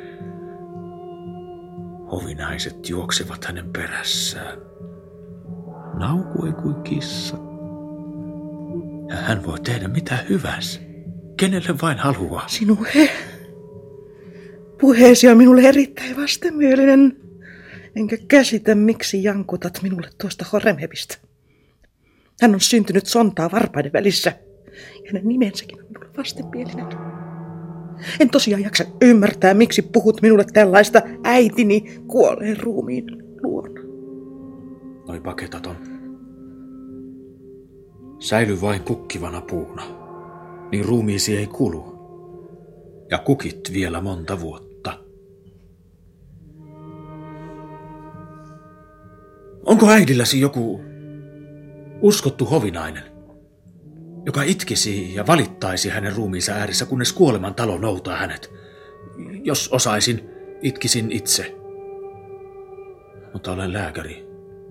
Hovinaiset juoksevat hänen perässään, naukui kuin kissa. Ja hän voi tehdä mitä hyvänsä, kenelle vain haluaa. Sinuhe, puheesi on minulle erittäin vastenmielinen, enkä käsitä, miksi jankutat minulle tuosta Horemhebistä. Hän on syntynyt sontaa varpaiden välissä, ja hänen nimensäkin on minulle vastenmielinen. En tosiaan jaksa ymmärtää, miksi puhut minulle tällaista äitini kuolleen ruumiin luona. Noi Baketaton. Säily vain kukkivana puuna, niin ruumiisi ei kulu. Ja kukit vielä monta vuotta. Onko äidilläsi joku uskottu hovinainen, joka itkisi ja valittaisi hänen ruumiinsa ääressä, kunnes kuoleman talo noutaa hänet? Jos osaisin, itkisin itse. Mutta olen lääkäri.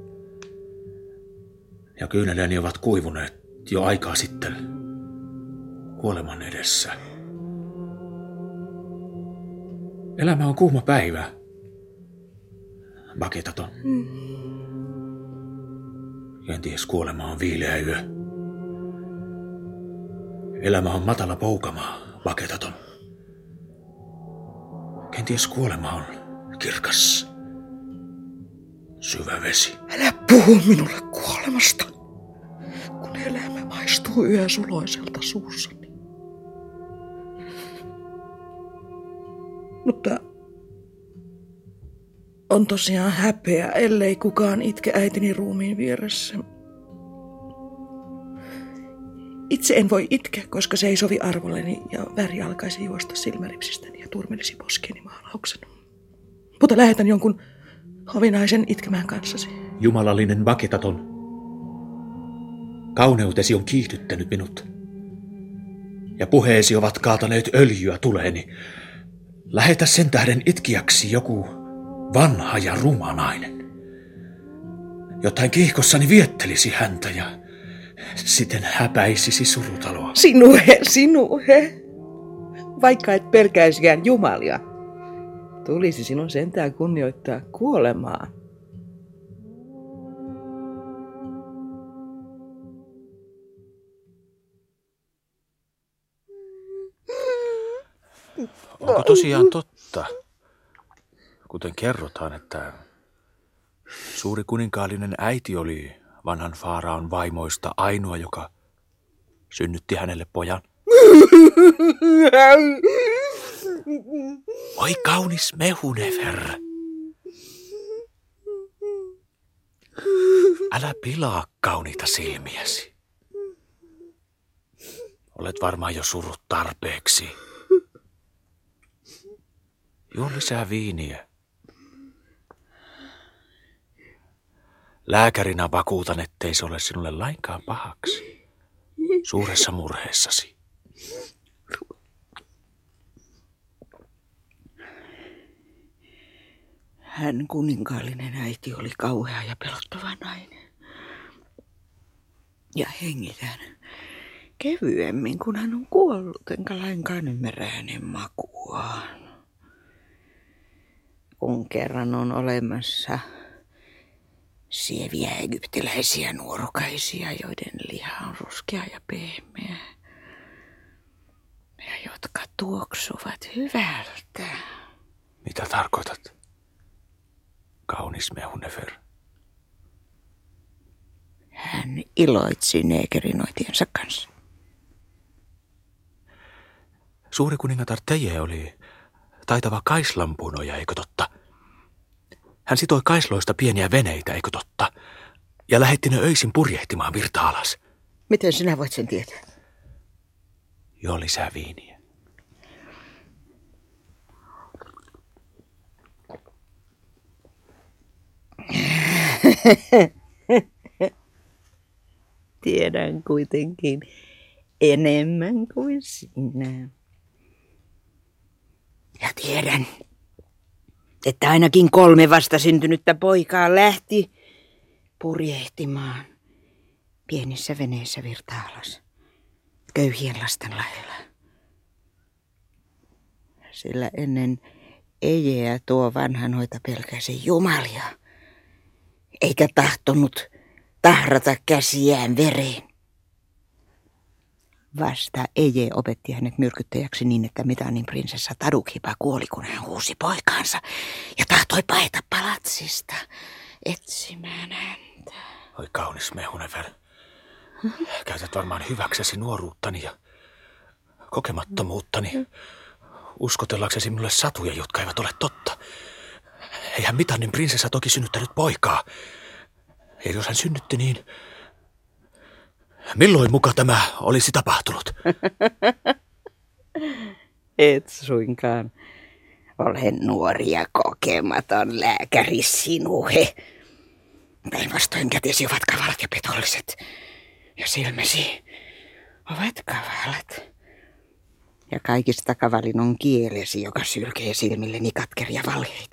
Ja kyyneleeni ovat kuivuneet jo aikaa sitten kuoleman edessä. Elämä on kuuma päivä. Baketaton. Kenties kuolema on viileä yö. Elämä on matala poukamaa, Baketaton. Kenties kuolema on kirkas, syvä vesi. Älä puhu minulle kuolemasta, kun elämä maistuu yösuloiselta suussani. Mutta on tosiaan häpeä, ellei kukaan itke äitini ruumiin vieressä. Itse en voi itkeä, koska se ei sovi arvolleni ja väri alkaisi juosta silmäripsistäni ja turmelisi poskieni maalauksen. Mutta lähetän jonkun Hovinaisen itkemään kanssasi. Jumalallinen Baketaton, kauneutesi on kiihdyttänyt minut, ja puheesi ovat kaataneet öljyä tuleeni. Lähetä sen tähden itkiäksi joku vanha ja ruma nainen, jotta hän kiihkossani viettelisi häntä ja siten häpäisisi surutaloa. Sinuhe. Vaikka et pelkäisikään jumalia, tulisi sinun sentään kunnioittaa kuolemaa. Onko tosiaan totta, kuten kerrotaan, että suuri kuninkaallinen äiti oli vanhan faaraon vaimoista ainoa, joka synnytti hänelle pojan? Oi kaunis Mehunefer! Älä pilaa kauniita silmiäsi. Olet varmaan jo surut tarpeeksi. Juo lisää viiniä. Lääkärinä vakuutan, ettei se ole sinulle lainkaan pahaksi. Suuressa murheessasi. Hän kuninkaallinen äiti oli kauhea ja pelottava nainen. Ja hengitän kevyemmin, kun hän on kuollut, enkä lainkaan ymmärrä hänen makuaan. Kun kerran on olemassa sieviä egyptiläisiä nuorukaisia, joiden liha on ruskea ja pehmeä, ja jotka tuoksuvat hyvältä. Mitä tarkoitat, kaunis Mehunefer? Hän iloitsi neekerinoitiensa kanssa. Suuri kuningatar Teje oli taitava kaislampunoja, eikö totta? Hän sitoi kaisloista pieniä veneitä, eikö totta? Ja lähetti ne öisin purjehtimaan virta alas. Miten sinä voit sen tietää? Joo, lisää viiniä. Tiedän kuitenkin enemmän kuin sinä. Ja tiedän, että ainakin 3 vastasyntynyttä poikaa lähti purjehtimaan pienissä veneissä virta alas, köyhien lasten lailla. Sillä ennen Ejeä tuo vanhanoita pelkäsi jumalia, eikä tahtonut tahrata käsiään vereen. Vasta Eje opetti hänet myrkyttäjäksi niin, että Mitannin prinsessa Tadukhipa kuoli, kun hän huusi poikaansa ja tahtoi paeta palatsista etsimään häntä. Oi kaunis Mehunefer, käytät varmaan hyväksesi nuoruuttani ja kokemattomuuttani uskotellaksesi minulle satuja, jotka eivät ole totta. Eihän Mitannin prinsessa toki synnyttänyt poikaa. Ja jos hän synnytti, niin milloin muka tämä olisi tapahtunut? Et suinkaan. Olen nuori ja kokematon lääkäri sinuhe. Päinvastoin kätesi ovat kavalat ja petolliset. Ja silmäsi ovat kavalat. Ja kaikista kavalin on kielesi, joka sylkee silmilleni katkeria valheita.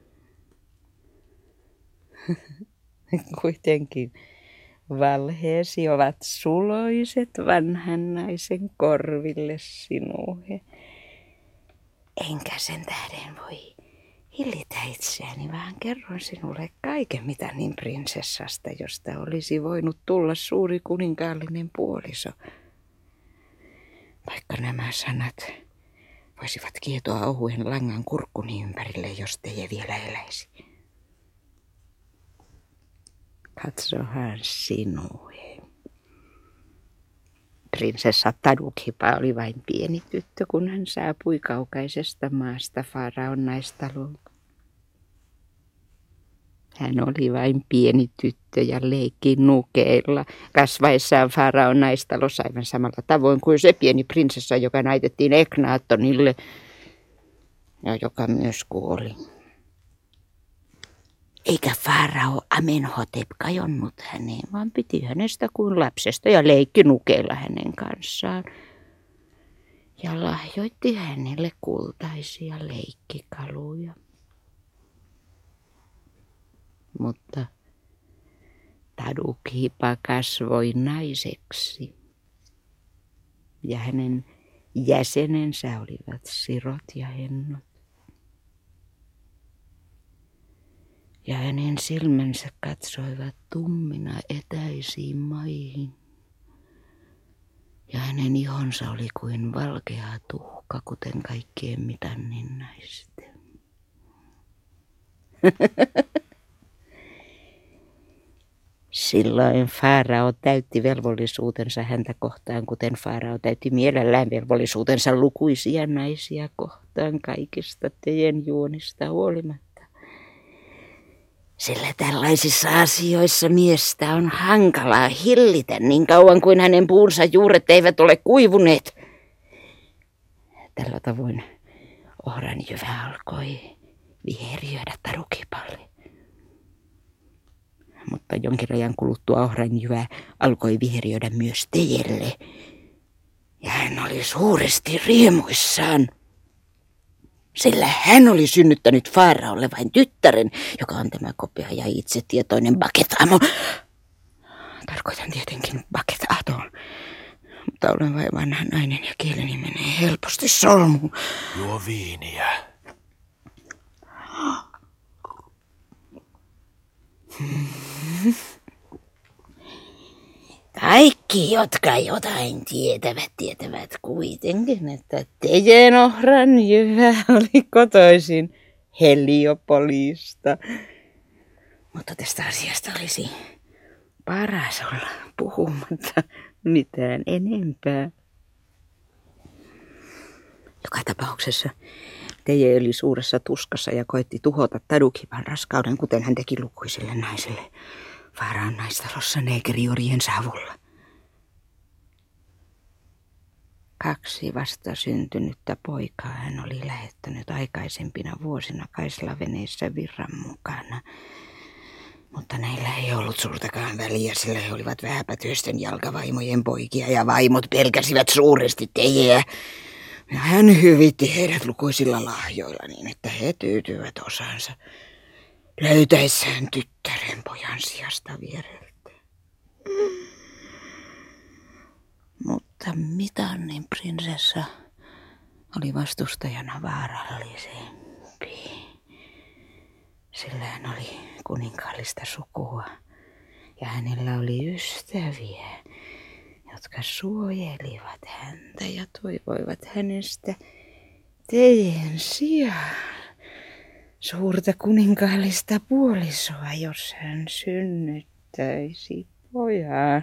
Kuitenkin valheesi ovat suloiset vanhan naisen korville sinuhe. Enkä sen tähden voi hillitä itseäni, vaan kerron sinulle kaiken Mitannin prinsessasta, josta olisi voinut tulla suuri kuninkaallinen puoliso. Vaikka nämä sanat voisivat kietoa ohuen langan kurkkuni ympärille, jos Teje vielä eläisi. Katsohan sinuhe. Prinsessa Tadukhipa oli vain pieni tyttö, kun hän saapui kaukaisesta maasta Faaraon naistaloon. Hän oli vain pieni tyttö ja leikki nukeilla kasvaessaan Faaraon naistalossa aivan samalla tavoin kuin se pieni prinsessa, joka naitettiin Eknaatonille ja joka myös kuoli. Eikä Farao Amenhotep kajonnut häneen, vaan piti hänestä kuin lapsesta ja leikki nukeilla hänen kanssaan. Ja lahjoitti hänelle kultaisia leikkikaluja. Mutta Taduk-Hipa kasvoi naiseksi ja hänen jäsenensä olivat sirot ja hennot. Ja hänen silmänsä katsoivat tummina etäisiin maihin. Ja hänen ihonsa oli kuin valkea tuhka, kuten kaikkien Mitannin naisten. Silloin Farao täytti velvollisuutensa häntä kohtaan, kuten Farao täytti mielellään velvollisuutensa lukuisia naisia kohtaan kaikista teidän juonista huolimatta. Sillä tällaisissa asioissa miestä on hankalaa hillitä niin kauan kuin hänen puunsa juuret eivät ole kuivuneet. Tällä tavoin ohranjyvä alkoi viheriöidä Taduk-Hipalle. Mutta jonkin ajan kuluttua ohranjyvä alkoi viheriöidä myös Tejelle. Ja hän oli suuresti riemuissaan. Sillä hän oli synnyttänyt Faraolle vain tyttären, joka on tämä kopea ja itsetietoinen Bakhet-Amon. Tarkoitan tietenkin Bakhet-Aton. Mutta olen vain vanha nainen ja kieleni menee helposti solmuun. Juo viiniä. Kaikki, jotka jotain tietävät kuitenkin, että teidän ohranjyvä oli kotoisin Heliopolista. Mutta tästä asiasta olisi paras olla puhumatta mitään enempää. Joka tapauksessa Teje oli suuressa tuskassa ja koetti tuhota Taduk-Hipan raskauden, kuten hän teki lukuisille naisille Faraon naistalossa neekerioriensa avulla. 2 vastasyntynyttä poikaa hän oli lähettänyt aikaisempina vuosina Kaislaveneissä virran mukana. Mutta näillä ei ollut suurtakaan väliä, sillä he olivat vähäpätöisten jalkavaimojen poikia ja vaimot pelkäsivät suuresti Tejeä. Ja hän hyvitti heidät lukuisilla lahjoilla niin, että he tyytyivät osansa löytäessään tyttären pojan sijasta viereltä. Mutta Mitannin prinsessa oli vastustajana vaarallisempi, sillä hän oli kuninkaallista sukua ja hänellä oli ystäviä, jotka suojelivat häntä ja toivoivat hänestä Tejen sijaan suurta kuninkaallista puolisoa, jos hän synnyttäisi pojan.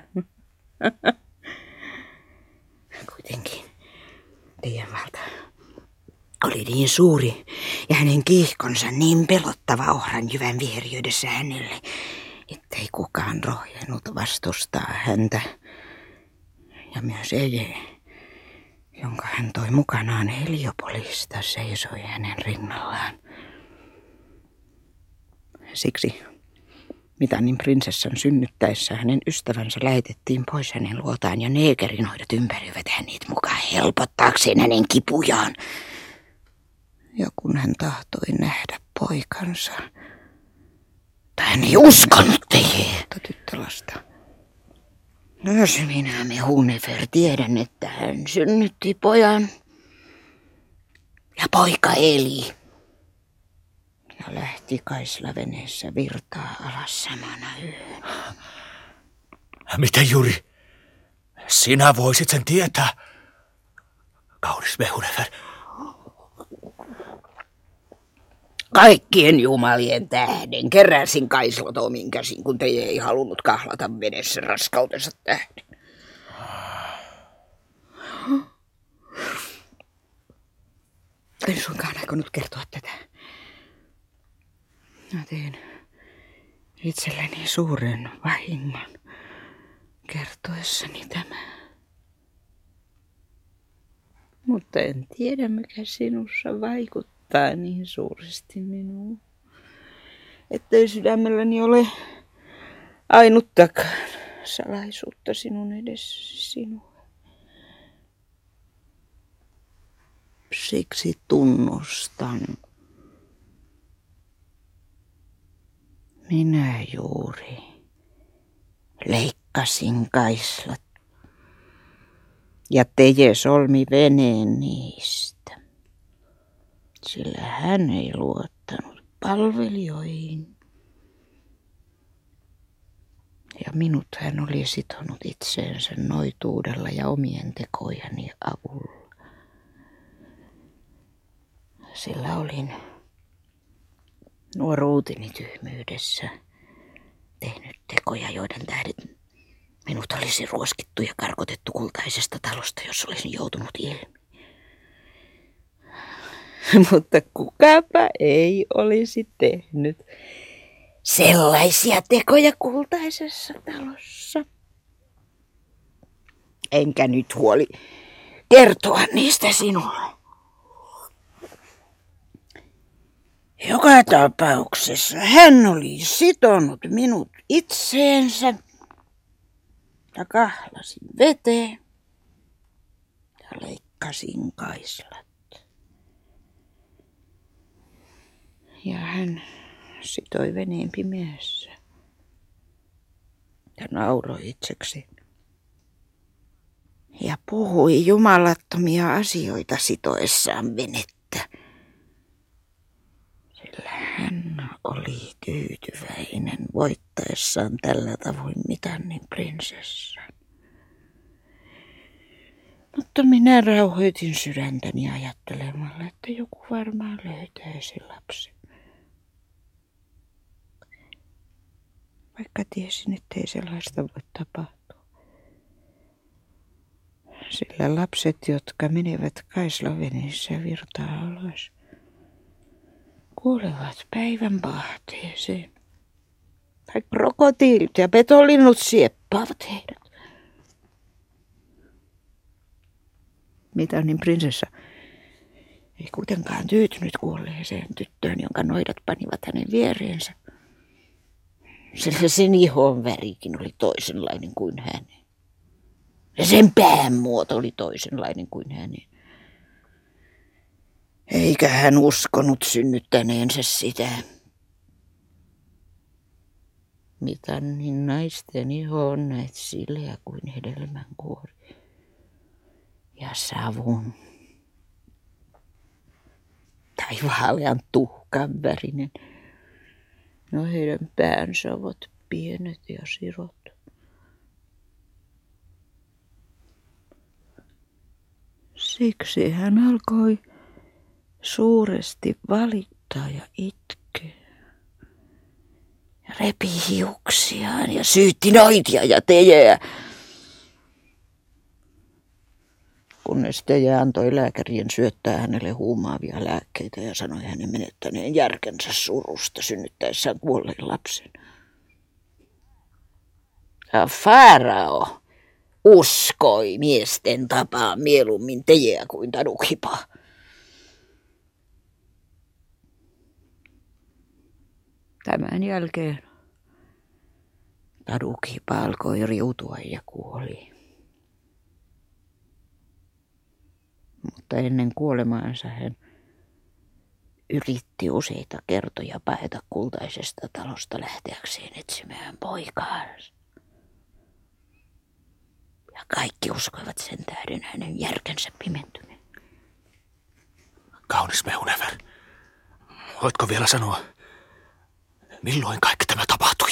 Kuitenkin Tejen valta oli niin suuri ja hänen kiihkonsa niin pelottava ohranjyvän viheriöidessä hänelle, ettei kukaan rohjennut vastustaa häntä. Ja myös Eje, jonka hän toi mukanaan Heliopolista, seisoi hänen rinnallaan. Siksi Mitannin prinsessan synnyttäessä hänen ystävänsä lähetettiin pois hänen luotaan ja neekerinoidat ympäröivät hänet mukaan helpottaakseen hänen kipujaan. Ja kun hän tahtoi nähdä poikansa, tai hän ei uskonut Tejeä, tyttölasta. Myös minä, Mehunefer, tiedän, että hän synnytti pojan. Ja poika eli. Ja lähti Kaislaveneessä virtaa alas samana yönä. Miten, Juri? Sinä voisit sen tietää, kaunis Mehunefer. Kaikkien jumalien tähden keräsin Kaislot omin käsin, kun Teje ei halunnut kahlata vedessä raskautensa tähden. En suinkaan aikonut kertoa tätä. Mä tein itselleni suuren vahingon kertoessani tämän. Mutta en tiedä, mikä sinussa vaikuttaa niin suuresti minuun. ettei sydämelläni ole ainuttakaan salaisuutta sinun edessäsi sinua. Siksi tunnustan. Minä juuri leikkasin kaislat ja Teje solmi veneen niistä, sillä hän ei luottanut palvelijoihin. Ja minut hän oli sitonut itseensä noituudella ja omien tekojeni avulla. Sillä olin nuoruuteni tyhmyydessä tehnyt tekoja, joiden tähden minut olisi ruoskittu ja karkotettu kultaisesta talosta, jos olisin joutunut ilmi. Mutta kukapa ei olisi tehnyt sellaisia tekoja kultaisessa talossa. Enkä nyt huoli kertoa niistä sinulle. Joka tapauksessa hän oli sitonut minut itseensä ja kahlasin veteen ja leikkasin kaislat. Ja hän sitoi veneen pimeässä ja nauroi itseksi ja puhui jumalattomia asioita sitoessaan venettä. Sillä hän oli tyytyväinen voittaessaan tällä tavoin mitannin prinsessan. Mutta minä rauhoitin sydäntäni ajattelemalla, että joku varmaan löytäisi lapsen. Vaikka tiesin, ettei sellaista voi tapahtua. Sillä lapset, jotka menevät kaislaveneissä virtaa alas, kuolevat päivän pahteeseen. Tai krokotiilit ja petolinnut sieppaavat heidät. Mitannin prinsessa ei kuitenkaan tyytynyt kuolleeseen tyttöön, jonka noidat panivat hänen viereensä. Sillä sen ihon värikin oli toisenlainen kuin hänen. Ja sen pään muoto oli toisenlainen kuin hänen. Eikä hän uskonut synnyttäneensä sitä. Mitannin naisten iho on näet sileä kuin hedelmänkuori. Ja savun. Tai vaalean tuhkan värinen. No heidän päänsä ovat pienet ja sirot. Siksi hän alkoi suuresti valittaa ja itkeä. Ja repi hiuksiaan ja syytti noitia ja Tejeä. Kunnes Teje antoi lääkärien syöttää hänelle huumaavia lääkkeitä ja sanoi hänen menettäneen järkensä surusta synnyttäessään kuolleen lapsen. Ja Farao uskoi miesten tapaan mieluummin Tejeä kuin Tanukhipaa. Tämän jälkeen Tanukhipa alkoi riutua ja kuoli. Mutta ennen kuolemaansa hän yritti useita kertoja paeta kultaisesta talosta lähteäkseen etsimään poikaansa. Ja kaikki uskoivat sen tähden hänen järkensä pimentyneen. Kaunis Meunever, voitko vielä sanoa, milloin kaikki tämä tapahtui?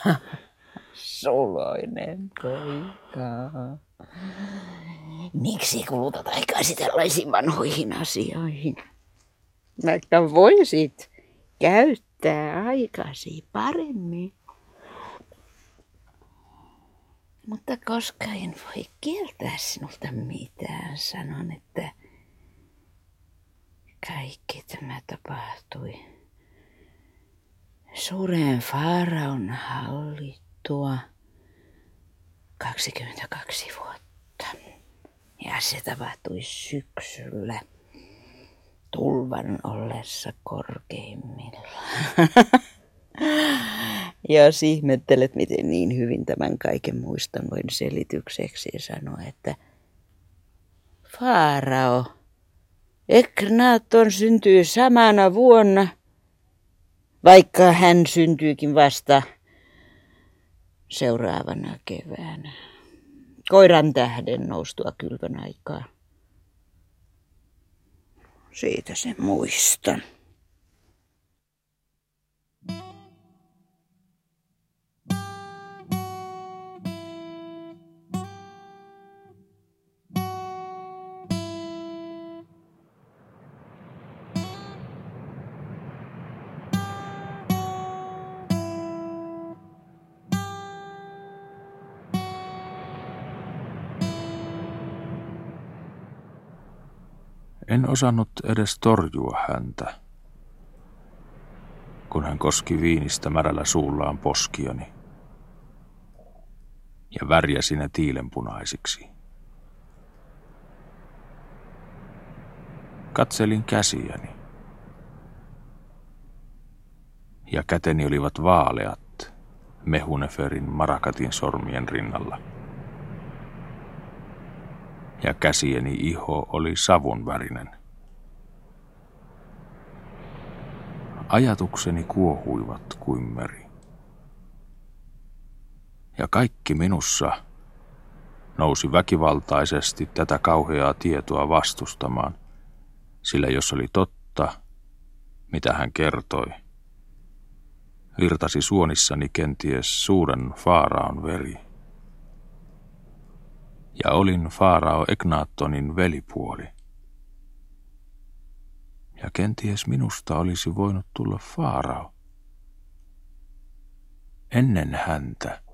Suloinen poika. Miksi kulutat aikaisi tällaisiin vanhoihin asioihin? Vaikka voisit käyttää aikasi paremmin. Mutta koska en voi kieltää sinulta mitään, sanon, että kaikki tämä tapahtui suuren Faraon hallittua 22 vuotta. Ja se tapahtui syksyllä tulvan ollessa korkeimmillaan. Jos ihmettelet, miten niin hyvin tämän kaiken muistan, voin selitykseksi sanoa, että Faarao, Eknaton syntyy samana vuonna, vaikka hän syntyykin vasta seuraavana keväänä. Koiran tähden noustua kylvön aikaa. Siitä sen muistan. En osannut edes torjua häntä, kun hän koski viinistä märällä suullaan poskiani ja värjäsi ne tiilenpunaisiksi. Katselin käsiäni ja käteni olivat vaaleat Mehuneferin Marakatin sormien rinnalla. Ja käsieni iho oli savunvärinen. Ajatukseni kuohuivat kuin meri. Ja kaikki minussa nousi väkivaltaisesti tätä kauheaa tietoa vastustamaan, sillä jos oli totta, mitä hän kertoi, virtasi suonissani kenties suuren Faaraon veri. Ja olin Faarao Eknatonin velipuoli. Ja kenties minusta olisi voinut tulla Faarao. Ennen häntä